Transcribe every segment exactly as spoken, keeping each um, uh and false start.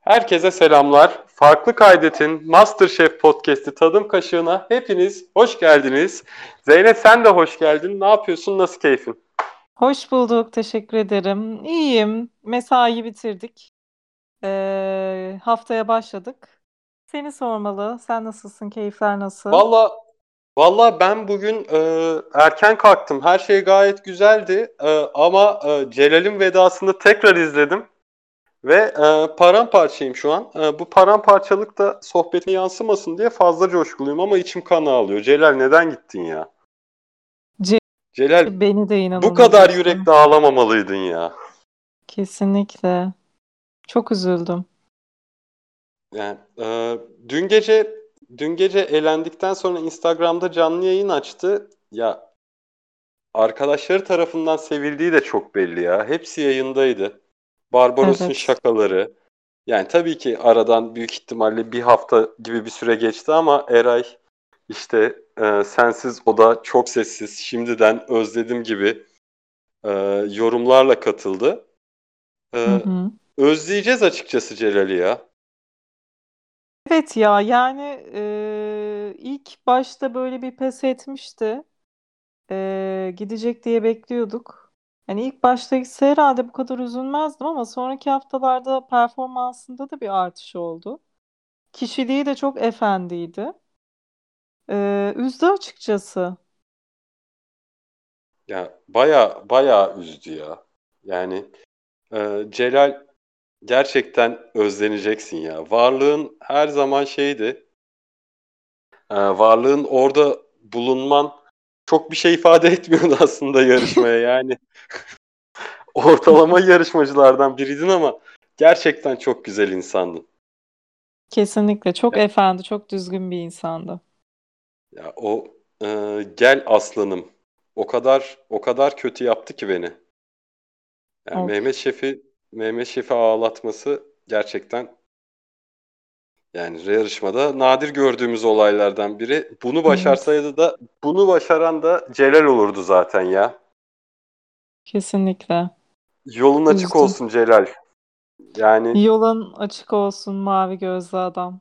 Herkese selamlar. Farklı Kaydet'in MasterChef Podcast'i Tadım Kaşığı'na hepiniz hoş geldiniz. Zeynep sen de hoş geldin. Ne yapıyorsun? Nasıl keyfin? Hoş bulduk, teşekkür ederim. İyiyim. Mesai bitirdik. Ee, haftaya başladık. Seni sormalı. Sen nasılsın? Keyifler nasıl? Valla valla ben bugün e, erken kalktım. Her şey gayet güzeldi. E, ama e, Celal'in vedasını tekrar izledim. Ve e, paramparçayım şu an. E, bu paramparçalık da sohbetine yansımasın diye fazla coşkuluyum ama içim kan ağlıyor. Celal neden gittin ya? C Celal Beni de bu inanılmaz kadar üzdü. yürekli ağlamamalıydın ya. Kesinlikle. Çok üzüldüm. Yani e, dün gece dün gece elendikten sonra Instagram'da canlı yayın açtı. Ya arkadaşları tarafından sevildiği de çok belli ya. Hepsi yayındaydı. Barbaros'un Evet. şakaları. Yani tabii ki aradan büyük ihtimalle bir hafta gibi bir süre geçti ama Eray işte e, sensiz o da çok sessiz. Şimdiden özledim gibi e, yorumlarla katıldı. Hı E, hı. Özleyeceğiz açıkçası Celal'i ya. Evet ya yani e, ilk başta böyle bir pes etmişti. E, gidecek diye bekliyorduk. Yani ilk başta gitse herhalde bu kadar üzülmezdim ama sonraki haftalarda performansında da bir artış oldu. Kişiliği de çok efendiydi. Ee, üzdü açıkçası. Ya baya baya üzdü ya. Yani e, Celal gerçekten özleneceksin ya. Varlığın her zaman şeydi. E, varlığın orada bulunman çok bir şey ifade etmiyordu aslında yarışmaya. Yani ortalama yarışmacılardan biriydin ama gerçekten çok güzel insandın. Kesinlikle çok Ya, efendi, çok düzgün bir insandı. ya o e, gel aslanım. O kadar o kadar kötü yaptı ki beni. Yani Of. Mehmet Şef'i Mehmet Şef'i ağlatması gerçekten yani yarışmada nadir gördüğümüz olaylardan biri. Bunu Evet. başarsaydı da bunu başaran da Celal olurdu zaten ya. Kesinlikle. Yolun açık Üzdü. olsun Celal. Yani Yolun açık olsun mavi gözlü adam.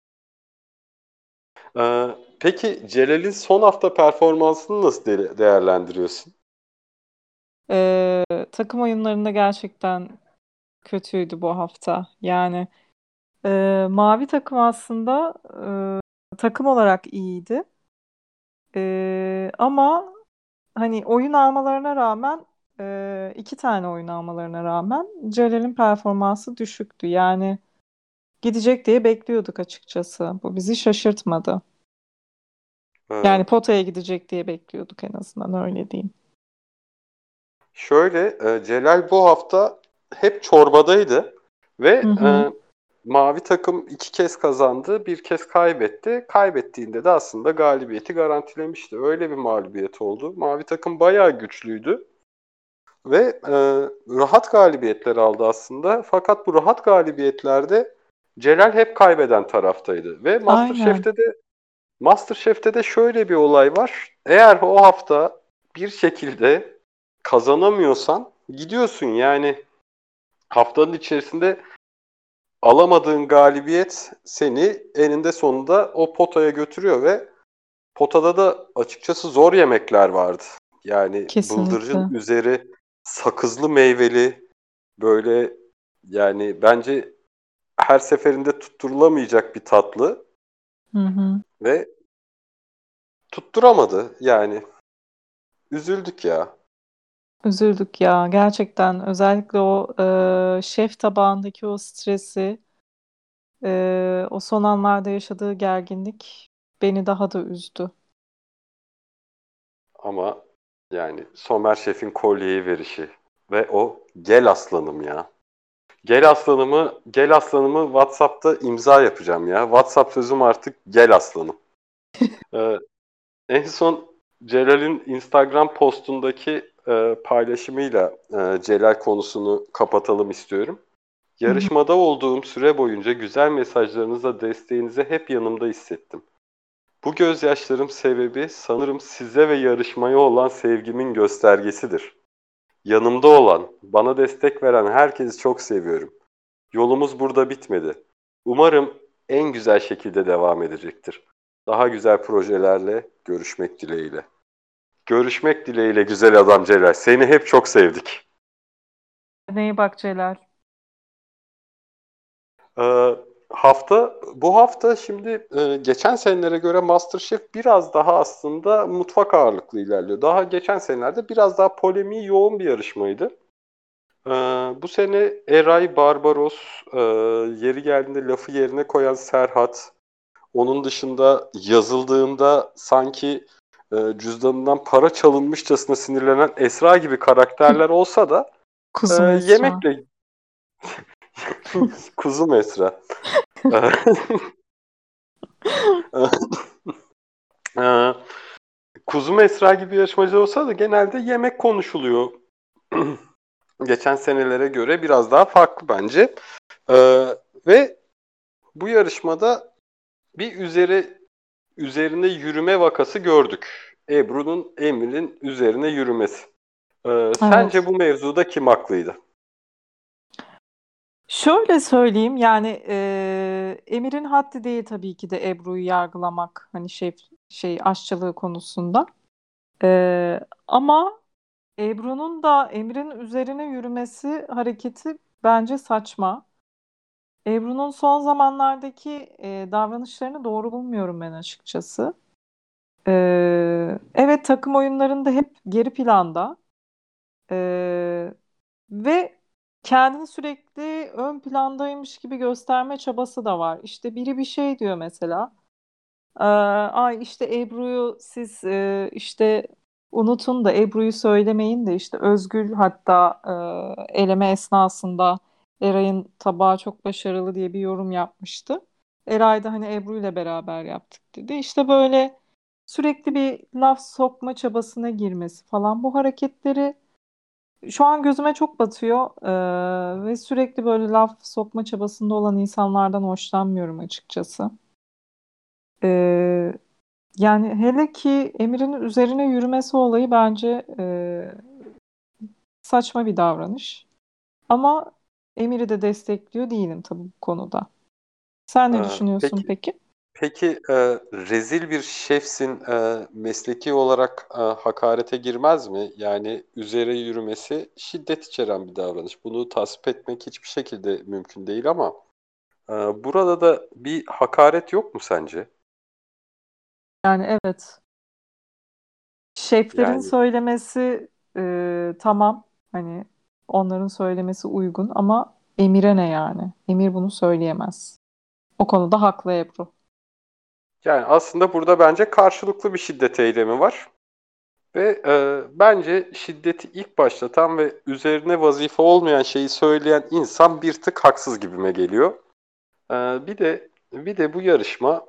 e, peki Celal'in son hafta performansını nasıl de- değerlendiriyorsun? Ee, takım oyunlarında gerçekten kötüydü bu hafta. Yani e, mavi takım aslında e, takım olarak iyiydi. E, ama hani oyun almalarına rağmen e, iki tane oyun almalarına rağmen Celal'in performansı düşüktü. Yani gidecek diye bekliyorduk açıkçası. Bu bizi şaşırtmadı. Yani E, potaya gidecek diye bekliyorduk en azından öyle diyeyim. Şöyle e, Celal bu hafta hep çorbadaydı Hı ve hı. e, mavi takım iki kez kazandı, bir kez kaybetti. Kaybettiğinde de aslında galibiyeti garantilemişti. Öyle bir mağlubiyet oldu. Mavi takım bayağı güçlüydü ve e, rahat galibiyetler aldı aslında. Fakat bu rahat galibiyetlerde Celal hep kaybeden taraftaydı ve Aynen. MasterChef'te de MasterChef'te de şöyle bir olay var. Eğer o hafta bir şekilde kazanamıyorsan gidiyorsun. Yani haftanın içerisinde alamadığın galibiyet seni eninde sonunda o potaya götürüyor ve potada da açıkçası zor yemekler vardı. Yani bıldırcın Kesinlikle. üzeri sakızlı meyveli böyle yani bence her seferinde tutturulamayacak bir tatlı Hı hı. ve tutturamadı. Yani üzüldük ya. Üzüldük ya gerçekten özellikle o e, şef tabağındaki o stresi e, o son anlarda yaşadığı gerginlik beni daha da üzdü. Ama yani Somer Şef'in kolyeyi verişi ve o gel aslanım ya. Gel aslanımı, gel aslanımı WhatsApp'ta imza yapacağım ya. WhatsApp sözüm artık gel aslanım. Ee, En son Celal'in Instagram postundaki e, paylaşımıyla e, Celal konusunu kapatalım istiyorum. Hı hı. Yarışmada olduğum süre boyunca güzel mesajlarınıza, desteğinize hep yanımda hissettim. Bu gözyaşlarım sebebi sanırım size ve yarışmaya olan sevgimin göstergesidir. Yanımda olan, bana destek veren herkesi çok seviyorum. Yolumuz burada bitmedi. Umarım en güzel şekilde devam edecektir. Daha güzel projelerle görüşmek dileğiyle. Görüşmek dileğiyle güzel adam Celal. Seni hep çok sevdik. Neye bak Celal? Ee, hafta bu hafta şimdi e, geçen senelere göre MasterChef biraz daha aslında mutfak ağırlıklı ilerliyor. Daha geçen senelerde biraz daha polemiği yoğun bir yarışmaydı. Ee, bu sene Eray Barbaros, e, yeri geldiğinde lafı yerine koyan Serhat, onun dışında yazıldığında sanki e, cüzdanından para çalınmışçasına sinirlenen Esra gibi karakterler olsa da e, Kuzum Esra. yemekle kuzum Esra. Ee, Kuzum Esra gibi yarışmacı olsa da genelde yemek konuşuluyor. Geçen senelere göre biraz daha farklı bence. Ee, ve bu yarışmada bir üzeri üzerine yürüme vakası gördük. Ebru'nun Emir'in üzerine yürümesi. Ee, sence Evet. bu mevzuda kim haklıydı? Şöyle söyleyeyim yani e, Emir'in haddi değil tabii ki de Ebru'yu yargılamak hani şef şey aşçılığı konusunda. E, ama Ebru'nun da Emir'in üzerine yürümesi hareketi bence saçma. Ebru'nun son zamanlardaki e, davranışlarını doğru bulmuyorum ben açıkçası. E, evet takım oyunlarında hep geri planda. E, Ve kendini sürekli ön plandaymış gibi gösterme çabası da var. İşte biri bir şey diyor mesela. Ee, Ay işte Ebru'yu siz e, işte unutun da Ebru'yu söylemeyin de işte Özgül hatta e, eleme esnasında Eray'ın tabağı çok başarılı diye bir yorum yapmıştı. Eray da hani Ebru ile beraber yaptık dedi. İşte böyle sürekli bir laf sokma çabasına girmesi falan bu hareketleri şu an gözüme çok batıyor eee, ve sürekli böyle laf sokma çabasında olan insanlardan hoşlanmıyorum açıkçası. Eee, Yani hele ki Emir'in üzerine yürümesi olayı bence eee, saçma bir davranış. Ama Emir'i de destekliyor değilim tabii bu konuda. Sen ne Ee, düşünüyorsun peki peki? peki e, rezil bir şefsin e, mesleki olarak e, hakarete girmez mi? Yani üzere yürümesi şiddet içeren bir davranış. Bunu tasvip etmek hiçbir şekilde mümkün değil ama e, burada da bir hakaret yok mu sence? Yani evet, şeflerin Yani söylemesi eee, tamam hani onların söylemesi uygun ama Emir'e ne yani? Emir bunu söyleyemez. O konuda haklı Ebru. yani aslında burada bence karşılıklı bir şiddet eylemi var. Ve e, bence şiddeti ilk başlatan ve üzerine vazife olmayan şeyi söyleyen insan bir tık haksız gibime geliyor. E, bir de bir de bu yarışma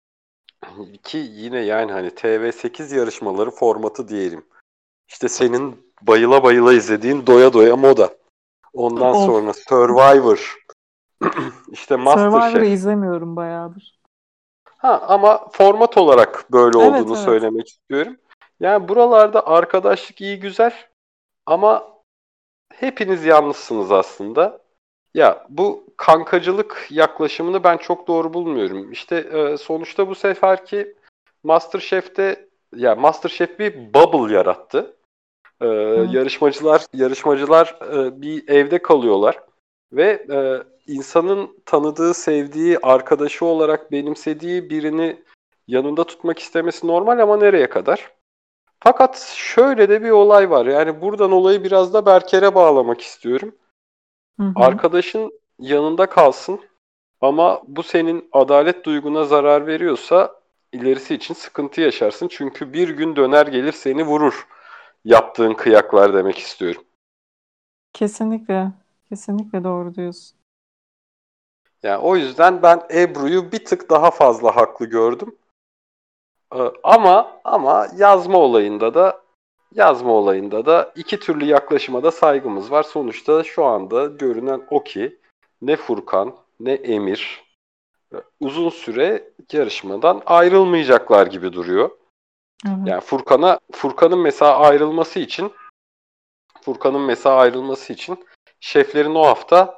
ki yine yani hani T V sekiz yarışmaları formatı diyelim. İşte senin bayıla bayıla izlediğin Doya Doya Moda. Ondan Of. sonra Survivor, işte Survivor'ı MasterChef. izlemiyorum bayağıdır. Ha ama format olarak böyle Evet, olduğunu evet. söylemek istiyorum. Yani buralarda arkadaşlık iyi güzel ama hepiniz yanlışsınız aslında. Ya bu kankacılık yaklaşımını ben çok doğru bulmuyorum. İşte e, sonuçta bu seferki MasterChef'te ya MasterChef bir bubble yarattı. E, Evet. yarışmacılar yarışmacılar e, bir evde kalıyorlar ve e, insanın tanıdığı, sevdiği, arkadaşı olarak benimsediği birini yanında tutmak istemesi normal ama nereye kadar? Fakat şöyle de bir olay var. Yani buradan olayı biraz da Berker'e bağlamak istiyorum. Hı hı. Arkadaşın yanında kalsın ama bu senin adalet duyguna zarar veriyorsa ilerisi için sıkıntı yaşarsın. Çünkü bir gün döner gelir seni vurur yaptığın kıyaklar demek istiyorum. Kesinlikle. Kesinlikle doğru diyorsun. Yani o yüzden ben Ebru'yu bir tık daha fazla haklı gördüm. Ee, Ama ama yazma olayında da yazma olayında da iki türlü yaklaşıma da saygımız var. Sonuçta şu anda görünen o ki ne Furkan ne Emir e, uzun süre yarışmadan ayrılmayacaklar gibi duruyor. Evet. Yani Furkan'a Furkan'ın mesela ayrılması için Furkan'ın mesela ayrılması için şeflerin o hafta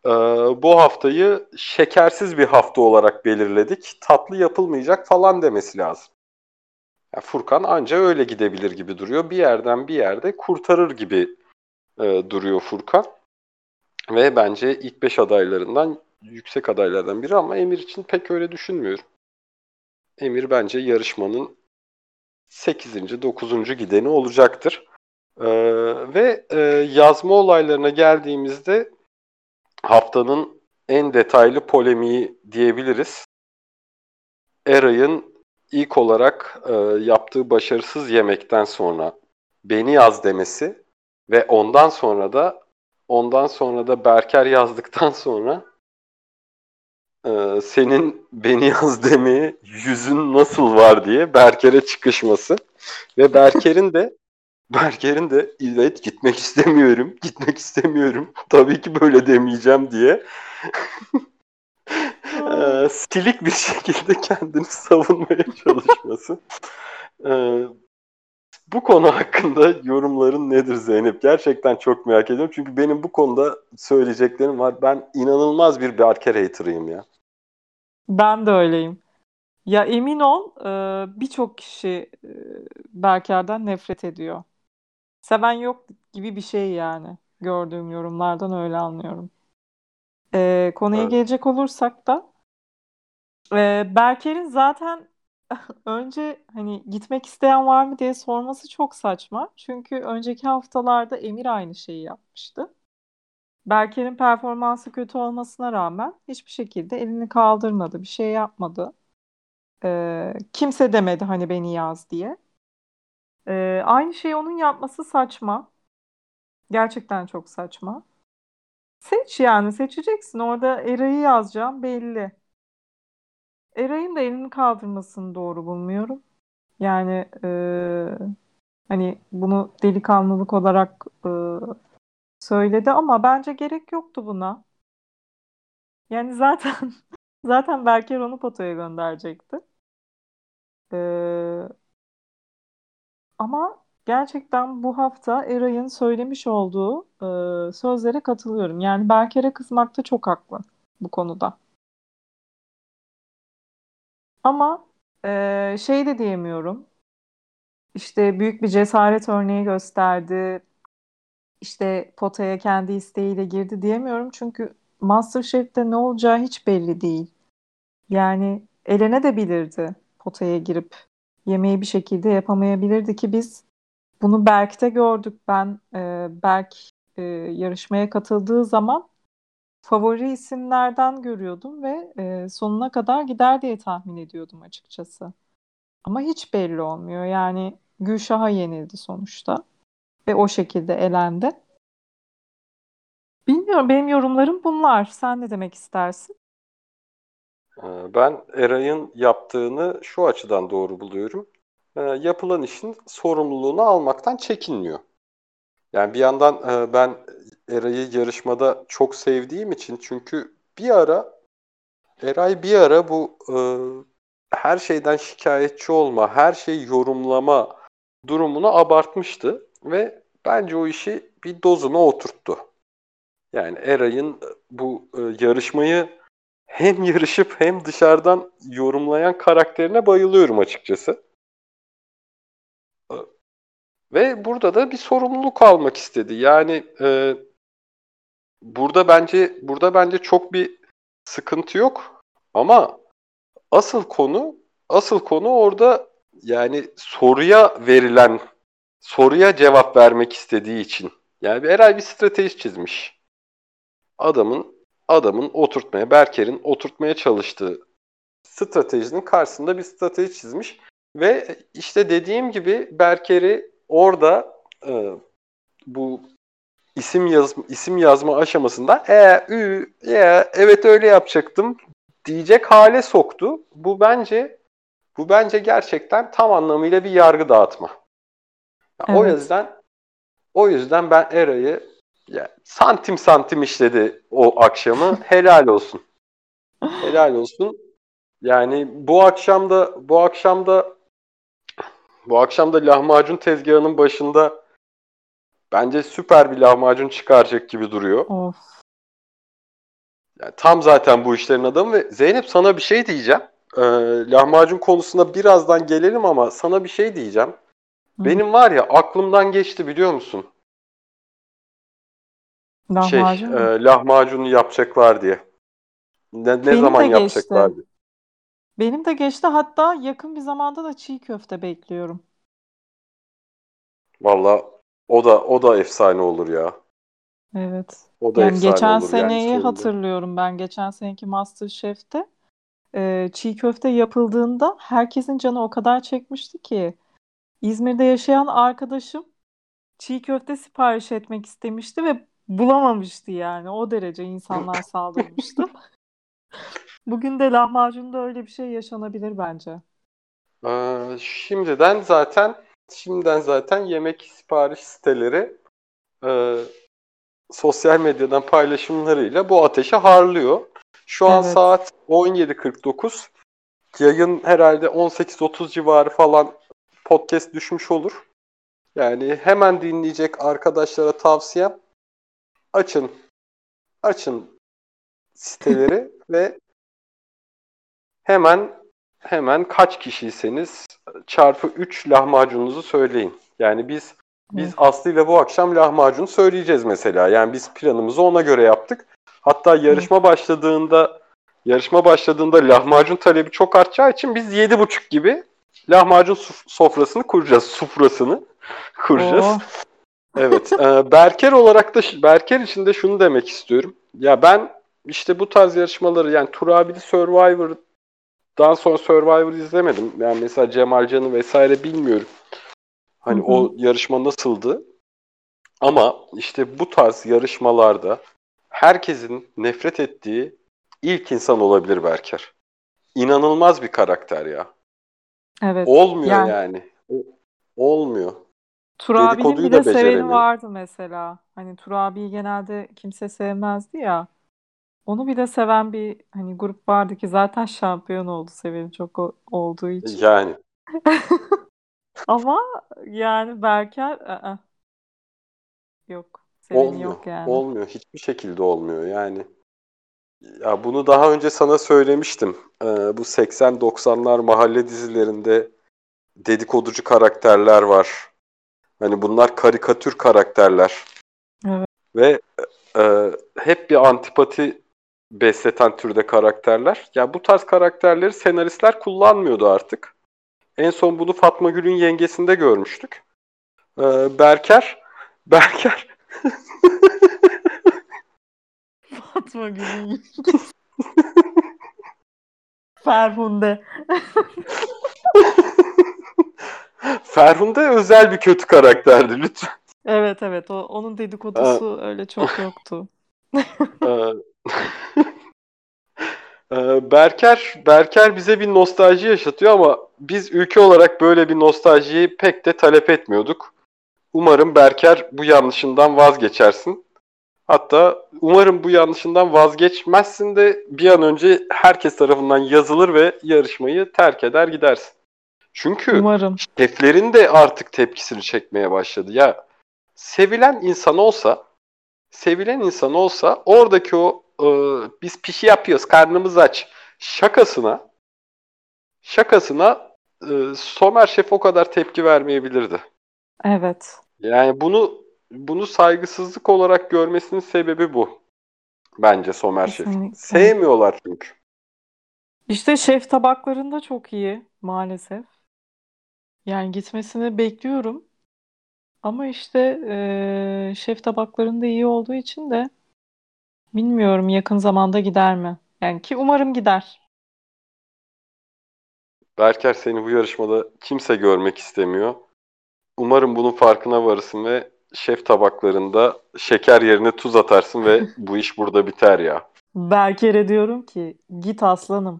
Ee, bu haftayı şekersiz bir hafta olarak belirledik. Tatlı yapılmayacak falan demesi lazım. Yani Furkan anca öyle gidebilir gibi duruyor. Bir yerden bir yerde kurtarır gibi e, duruyor Furkan. Ve bence ilk beş adaylarından yüksek adaylardan biri ama Emir için pek öyle düşünmüyorum. Emir bence yarışmanın sekizinci dokuzuncu gideni olacaktır. Ee, ve e, yazma olaylarına geldiğimizde haftanın en detaylı polemiği diyebiliriz. Eray'ın ilk olarak e, yaptığı başarısız yemekten sonra beni yaz demesi ve ondan sonra da ondan sonra da Berker yazdıktan sonra e, senin beni yaz demeye yüzün nasıl var diye Berker'e çıkışması ve Berker'in de Berker'in de evet gitmek istemiyorum, gitmek istemiyorum. Tabii ki böyle demeyeceğim diye e, stilik bir şekilde kendini savunmaya çalışması. E, bu konu hakkında yorumların nedir Zeynep? Gerçekten çok merak ediyorum. Çünkü benim bu konuda söyleyeceklerim var. Ben inanılmaz bir Berker hater'ıyım ya. Ben de öyleyim. Ya emin ol, e, birçok kişi e, Berker'den nefret ediyor. Seven yok gibi bir şey yani. Gördüğüm yorumlardan öyle anlıyorum. E, konuya Evet. gelecek olursak da e, Berker'in zaten önce hani gitmek isteyen var mı diye sorması çok saçma. Çünkü önceki haftalarda Emir aynı şeyi yapmıştı. Berker'in performansı kötü olmasına rağmen hiçbir şekilde elini kaldırmadı, bir şey yapmadı. E, kimse demedi hani beni yaz diye. E, aynı şeyi onun yapması saçma. Gerçekten çok saçma. Seç yani seçeceksin. Orada Eray'ı yazacağım belli. Eray'ın da elini kaldırmasını doğru bulmuyorum. Yani e, hani bunu delikanlılık olarak e, söyledi ama bence gerek yoktu buna. Yani zaten zaten Berker onu potaya gönderecekti. E, ama gerçekten bu hafta Eray'ın söylemiş olduğu e, sözlere katılıyorum. Yani Berker'e kızmakta çok haklı bu konuda. Ama e, şey de diyemiyorum. İşte büyük bir cesaret örneği gösterdi. İşte potaya kendi isteğiyle girdi diyemiyorum. Çünkü MasterChef'te ne olacağı hiç belli değil. Yani elene de bilirdi potaya girip yemeği bir şekilde yapamayabilirdi ki biz bunu Berk'te gördük. Ben e, Berk e, yarışmaya katıldığı zaman favori isimlerden görüyordum ve e, sonuna kadar gider diye tahmin ediyordum açıkçası. Ama hiç belli olmuyor. Yani Gülşah'a yenildi sonuçta ve o şekilde elendi. Bilmiyorum, benim yorumlarım bunlar. Sen ne demek istersin? Ee, Ben Eray'ın yaptığını şu açıdan doğru buluyorum. Ee, Yapılan işin sorumluluğunu almaktan çekinmiyor. Yani bir yandan e, ben Eray'ı yarışmada çok sevdiğim için çünkü bir ara Eray bir ara bu e, her şeyden şikayetçi olma, her şeyi yorumlama durumunu abartmıştı ve bence o işi bir dozuna oturttu. Yani Eray'ın bu e, yarışmayı hem yarışıp hem dışarıdan yorumlayan karakterine bayılıyorum açıkçası. E, Ve burada da bir sorumluluk almak istedi. Yani e, burada bence burada bence çok bir sıkıntı yok. Ama asıl konu asıl konu orada yani soruya verilen soruya cevap vermek istediği için. Yani bir Eray bir strateji çizmiş. Adamın adamın oturtmaya, Berker'in oturtmaya çalıştığı stratejinin karşısında bir strateji çizmiş ve işte dediğim gibi Berker'i orada e, bu isim yazma, isim yazma aşamasında e, ü, ya, evet öyle yapacaktım diyecek hale soktu. Bu bence bu bence gerçekten tam anlamıyla bir yargı dağıtma. Ya, o Evet. yüzden o yüzden ben Eray'ı ya, santim santim işledi o akşamı. Helal olsun. Helal olsun. Yani bu akşam da bu akşam da bu akşam da lahmacun tezgahının başında bence süper bir lahmacun çıkaracak gibi duruyor. Of. Yani tam zaten bu işlerin adamı ve Zeynep sana bir şey diyeceğim. Ee, lahmacun konusuna birazdan gelelim ama sana bir şey diyeceğim. Hı. Benim var ya aklımdan geçti biliyor musun? Şey, Lahmacun e, mu? lahmacunu yapacaklar diye. Ne, ne Benim zaman de geçti. yapacaklar diye. Benim de geçti. Hatta yakın bir zamanda da çiğ köfte bekliyorum. Valla o da o da efsane olur ya. Evet. O da Yani efsane geçen olur yani seneyi sonunda. hatırlıyorum ben. Geçen seneki MasterChef'te e, çiğ köfte yapıldığında herkesin canı o kadar çekmişti ki İzmir'de yaşayan arkadaşım çiğ köfte sipariş etmek istemişti ve bulamamıştı yani. O derece insanlar saldırmıştı. Bugün de lahmacunda öyle bir şey yaşanabilir bence. Ee, şimdiden zaten şimdiden zaten yemek sipariş siteleri e, sosyal medyadan paylaşımlarıyla bu ateşe harlıyor. Şu an Evet. saat on yedi kırk dokuz. Yayın herhalde on sekiz otuz civarı falan podcast düşmüş olur. Yani hemen dinleyecek arkadaşlara tavsiyem açın. Açın siteleri ve hemen hemen kaç kişiyseniz çarpı üç lahmacununuzu söyleyin. Yani biz biz Of. Aslı ile bu akşam lahmacun söyleyeceğiz mesela. Yani biz planımızı ona göre yaptık. Hatta Of. yarışma başladığında yarışma başladığında lahmacun talebi çok artacağı için biz yedi buçuk gibi lahmacun sofrasını kuracağız. Sufrasını kuracağız. Oo. Evet. E, Berker olarak da Berker için de şunu demek istiyorum. Ya ben işte bu tarz yarışmaları yani Turabili Survivor'dan sonra Survivor izlemedim. Yani mesela Cemal Can'ı vesaire bilmiyorum. Hı Hani hı. o yarışma nasıldı? Ama işte bu tarz yarışmalarda herkesin nefret ettiği ilk insan olabilir Berker. İnanılmaz bir karakter ya. Evet. Olmuyor Yani yani. O- olmuyor. Turabi'nin Dedikoduyu bile da seveni beceremiyor. vardı mesela. Hani Turabi'yi genelde kimse sevmezdi ya. Onu bile seven bir hani grup vardı ki zaten şampiyon oldu seveni çok o- olduğu için. Yani Ama yani Berker ı-ı, yok. Seveni olmuyor. yok yani. Olmuyor. Hiçbir şekilde olmuyor. Yani ya bunu daha önce sana söylemiştim. Ee, bu seksen doksanlar mahalle dizilerinde dedikoducu karakterler var. Hani bunlar karikatür karakterler. Evet. Ve e, hep bir antipati besleten türde karakterler. Ya bu tarz karakterleri senaristler kullanmıyordu artık. En son bunu Fatma Gül'ün yengesinde görmüştük. Ee, Berker, Berker, Fatma Gül'ün Ferhunde. Ferhunde özel bir kötü karakterdi lütfen. Evet evet o onun Ee, dedikodusu öyle çok yoktu. e, e, Berker, Berker bize bir nostalji yaşatıyor ama biz ülke olarak böyle bir nostaljiyi pek de talep etmiyorduk. Umarım Berker bu yanlışından vazgeçersin. Hatta umarım bu yanlışından vazgeçmezsin de bir an önce herkes tarafından yazılır ve yarışmayı terk eder gidersin. Çünkü Umarım. şeflerin de artık tepkisini çekmeye başladı. Ya sevilen insan olsa, sevilen insan olsa oradaki o e, biz pişi yapıyoruz, karnımız aç şakasına, şakasına e, Somer Şef o kadar tepki vermeyebilirdi. Evet. Yani bunu bunu saygısızlık olarak görmesinin sebebi bu. Bence Somer Şef'in. Kesinlikle. Sevmiyorlar çünkü. İşte şef tabaklarında çok iyi maalesef. Yani gitmesini bekliyorum. Ama işte eee, şef tabaklarında iyi olduğu için de bilmiyorum yakın zamanda gider mi? Yani ki umarım gider. Berker seni bu yarışmada kimse görmek istemiyor. Umarım bunun farkına varırsın ve şef tabaklarında şeker yerine tuz atarsın ve bu iş burada biter ya. Berker'e diyorum ki git aslanım.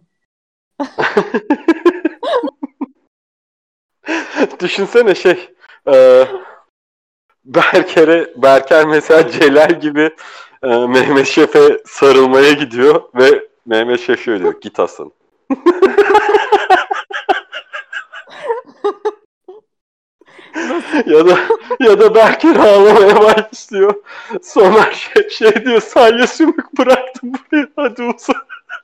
Düşünsene şey, e, Berker'e, Berker mesela Celal gibi e, Mehmet Şef'e sarılmaya gidiyor ve Mehmet Şef şöyle diyor, git aslanım. Nasıl Ya da ya da Berker ağlamaya başlıyor. Somer şey, şey diyor, salya sümük bıraktım buraya, hadi uzan.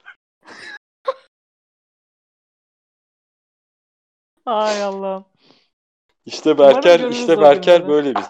Ay Allah'ım. İşte Umarım Berker, görürüz işte o Berker günleri. böyle bir.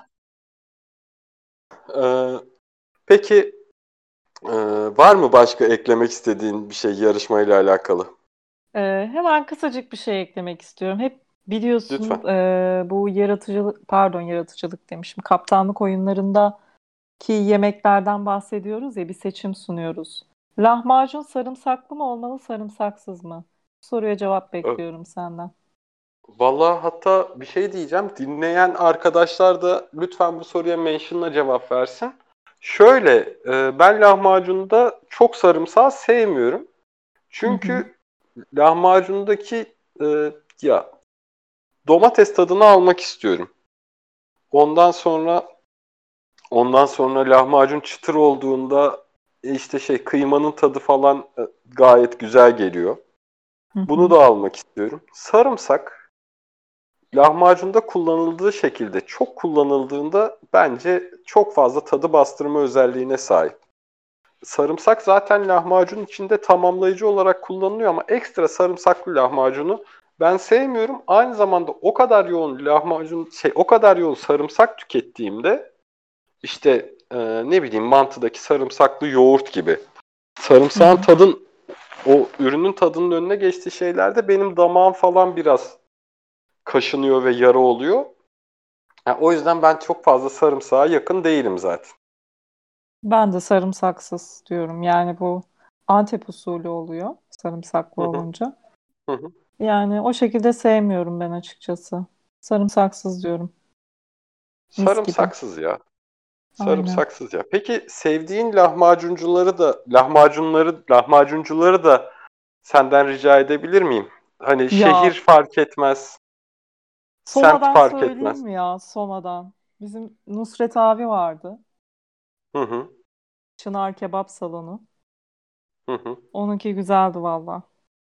Ee, peki e, var mı başka eklemek istediğin bir şey yarışmayla alakalı? Ee, hemen kısacık bir şey eklemek istiyorum. Hep biliyorsun Lütfen. e, bu yaratıcılık, pardon yaratıcılık demişim, kaptanlık oyunlarındaki yemeklerden bahsediyoruz ya, bir seçim sunuyoruz. Lahmacun sarımsaklı mı olmalı, sarımsaksız mı? Bu soruya cevap Ö- bekliyorum senden. Vallahi hatta bir şey diyeceğim. Dinleyen arkadaşlar da lütfen bu soruya mention'la cevap versin. Şöyle, e, ben lahmacunda çok sarımsağı sevmiyorum. Hı hı. Çünkü lahmacundaki e, ya domates tadını almak istiyorum. Ondan sonra ondan sonra lahmacun çıtır olduğunda e, işte şey kıymanın tadı falan e, gayet güzel geliyor. Hı Bunu hı. da almak istiyorum. Sarımsak lahmacunda kullanıldığı şekilde çok kullanıldığında bence çok fazla tadı bastırma özelliğine sahip. Sarımsak zaten lahmacun içinde tamamlayıcı olarak kullanılıyor ama ekstra sarımsaklı lahmacunu ben sevmiyorum. Aynı zamanda o kadar yoğun lahmacun şey o kadar yoğun sarımsak tükettiğimde işte e, ne bileyim mantıdaki sarımsaklı yoğurt gibi Hı sarımsağın hı. tadın o ürünün tadının önüne geçtiği şeylerde benim damağım falan biraz kaşınıyor ve yara oluyor. Yani o yüzden ben çok fazla sarımsağa yakın değilim zaten. Ben de sarımsaksız diyorum. Yani bu Antep usulü oluyor sarımsaklı Hı hı, olunca. hı hı. Yani o şekilde sevmiyorum ben açıkçası. Sarımsaksız diyorum. Mis gibi. Sarımsaksız ya. Aynen. Sarımsaksız ya. Peki sevdiğin lahmacuncuları da lahmacunları lahmacuncuları da senden rica edebilir miyim? Hani şehir Ya fark etmez, semt Soma'dan fark söyleyeyim etmez. mi ya? Soma'dan. Bizim Nusret abi vardı. Hı hı, Çınar Kebap Salonu. hı hı. Onunki güzeldi valla.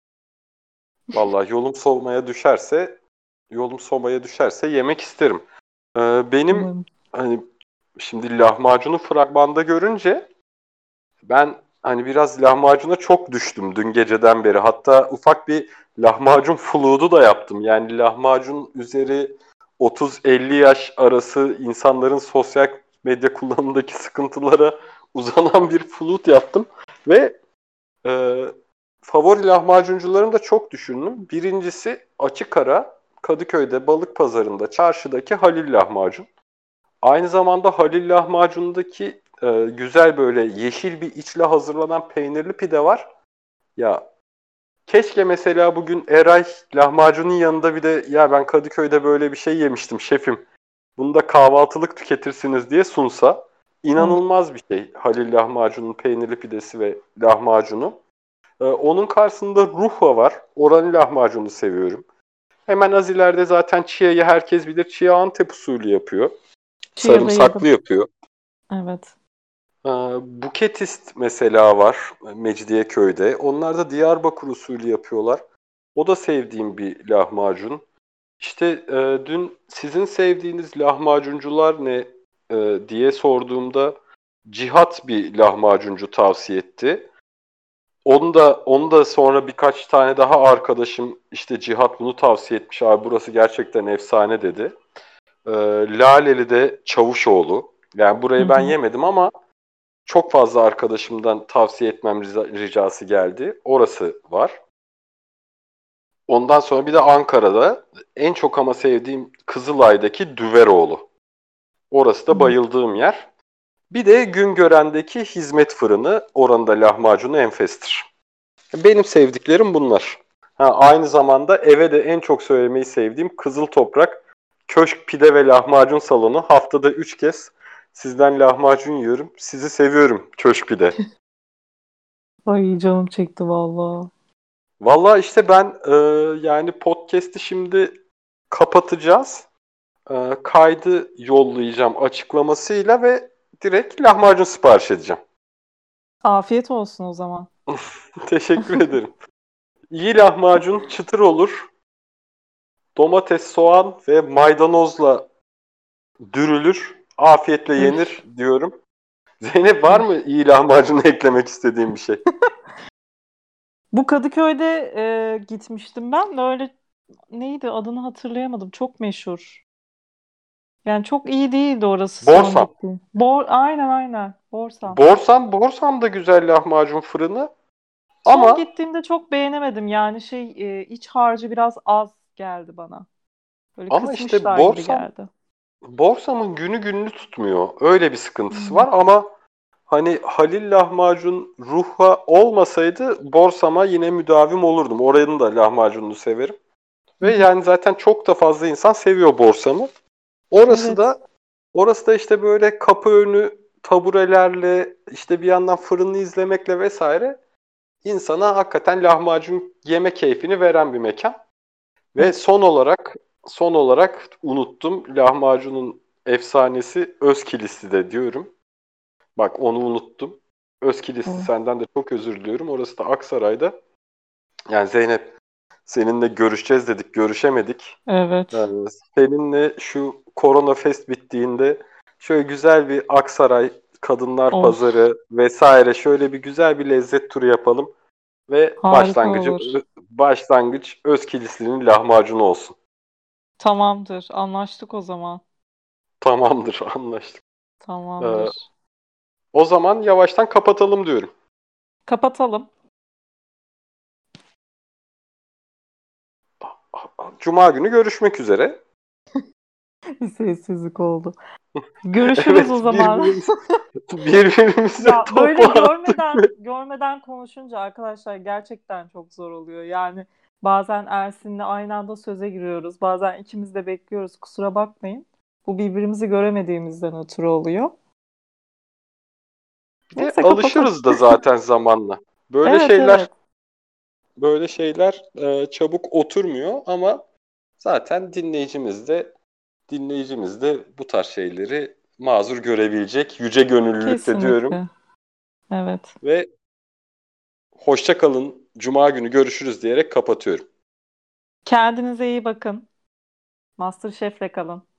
Vallahi yolum solmaya düşerse, yolum solmaya düşerse yemek isterim. Ee, benim Umarım. hani şimdi lahmacunu fragmanda görünce ben hani biraz lahmacuna çok düştüm dün geceden beri. Hatta ufak bir lahmacun fludu da yaptım. Yani lahmacun üzeri otuz elli yaş arası insanların sosyal medya kullanımındaki sıkıntılara uzanan bir flood yaptım. Ve e, favori lahmacuncularımı da çok düşündüm. Birincisi açık ara Kadıköy'de balık pazarında çarşıdaki Halil lahmacun. Aynı zamanda Halil lahmacundaki e, güzel böyle yeşil bir içle hazırlanan peynirli pide var. Ya keşke mesela bugün Eray lahmacunun yanında bir de ya ben Kadıköy'de böyle bir şey yemiştim şefim. Bunu da kahvaltılık tüketirsiniz diye sunsa. Of. İnanılmaz bir şey Halil lahmacunun peynirli pidesi ve lahmacunu. E, onun karşısında Ruhva var. Oranın lahmacunu seviyorum. Hemen az ileride zaten Chia'yı herkes bilir. Chia Antep usulü yapıyor. Çiğ Sarımsaklı yedim. yapıyor. Evet. Ee, Buketist mesela var Mecidiyeköy'de. Onlar da Diyarbakır usulü yapıyorlar. O da sevdiğim bir lahmacun. İşte e, dün sizin sevdiğiniz lahmacuncular ne e, diye sorduğumda Cihat bir lahmacuncu tavsiye etti. Onu da onu da sonra birkaç tane daha arkadaşım işte Cihat bunu tavsiye etmiş. Abi burası gerçekten efsane dedi. E, Laleli'de Çavuşoğlu. Yani Hı burayı ben hı. yemedim ama çok fazla arkadaşımdan tavsiye etmem rica- ricası geldi. Orası var. Ondan sonra bir de Ankara'da en çok ama sevdiğim Kızılay'daki Düveroğlu. Orası da Hı. bayıldığım yer. Bir de Güngören'deki Hizmet Fırını. Oranın da lahmacunu enfestir. Benim sevdiklerim bunlar. Ha, aynı zamanda eve de en çok söylemeyi sevdiğim Kızıl Toprak Köşk Pide ve Lahmacun Salonu. Haftada üç kez sizden lahmacun yiyorum. Sizi seviyorum Köşk Pide. Ay canım çekti valla. Valla işte ben e, yani podcast'i şimdi kapatacağız. E, kaydı yollayacağım açıklamasıyla ve direkt lahmacun sipariş edeceğim. Afiyet olsun o zaman. Teşekkür ederim. İyi lahmacun çıtır olur. Domates, soğan ve maydanozla dürülür, afiyetle Üf, yenir diyorum. Zeynep, var mı üf. iyi lahmacuna eklemek istediğin bir şey? Bu Kadıköy'de e, gitmiştim ben de öyle neydi adını hatırlayamadım. Çok meşhur. Yani çok iyi değildi orası son Borsam. gittiğim. Bor aynen aynen. Borsam. Borsam, Borsam da güzel lahmacun fırını. Son Ama gittiğimde çok beğenemedim. Yani şey e, iç harcı biraz az geldi bana. Böyle ama işte kısmışlar gibi Borsam, geldi. Borsam'ın günü gününü tutmuyor. Öyle bir sıkıntısı Hmm. var ama hani Halil lahmacun ruha olmasaydı Borsam'a yine müdavim olurdum. Oranın da lahmacununu severim. Hı Ve hı. yani zaten çok da fazla insan seviyor Borsam'ı. Orası Evet. da orası da işte böyle kapı önü taburelerle, işte bir yandan fırını izlemekle vesaire insana hakikaten lahmacun yeme keyfini veren bir mekan. Ve Evet. son olarak son olarak unuttum, lahmacunun efsanesi Özkilisli'de diyorum. Bak, onu unuttum. Özkilisli, O. senden de çok özür diliyorum. Orası da Aksaray'da. Yani Zeynep, seninle görüşeceğiz dedik, görüşemedik. Evet. Yani seninle şu Korona Fest bittiğinde şöyle güzel bir Aksaray Kadınlar Of. Pazarı vesaire, şöyle bir güzel bir lezzet turu yapalım ve Harika başlangıcı olur. başlangıç Özkilisli'nin lahmacunu olsun. Tamamdır. Anlaştık o zaman. Tamamdır, anlaştık. Ee, Tamamdır. o zaman yavaştan kapatalım diyorum. Kapatalım. Cuma günü görüşmek üzere. Bir sessizlik oldu. Görüşürüz o Evet, zaman. birbirimiz, birbirimize Ya böyle topu görmeden attık. görmeden konuşunca arkadaşlar gerçekten çok zor oluyor. Yani bazen Ersin'le aynı anda söze giriyoruz. Bazen ikimiz de bekliyoruz. Kusura bakmayın. Bu birbirimizi göremediğimizden ötürü oluyor. Bir de Neyse kapatalım. alışırız da zaten zamanla. Böyle Evet şeyler evet. böyle şeyler e, çabuk oturmuyor ama zaten dinleyicimiz de dinleyicimiz de bu tarz şeyleri mazur görebilecek yüce gönüllülükte diyorum Kesinlikle. Evet. ve hoşça kalın. Cuma günü görüşürüz diyerek kapatıyorum. Kendinize iyi bakın. MasterChef'le kalın.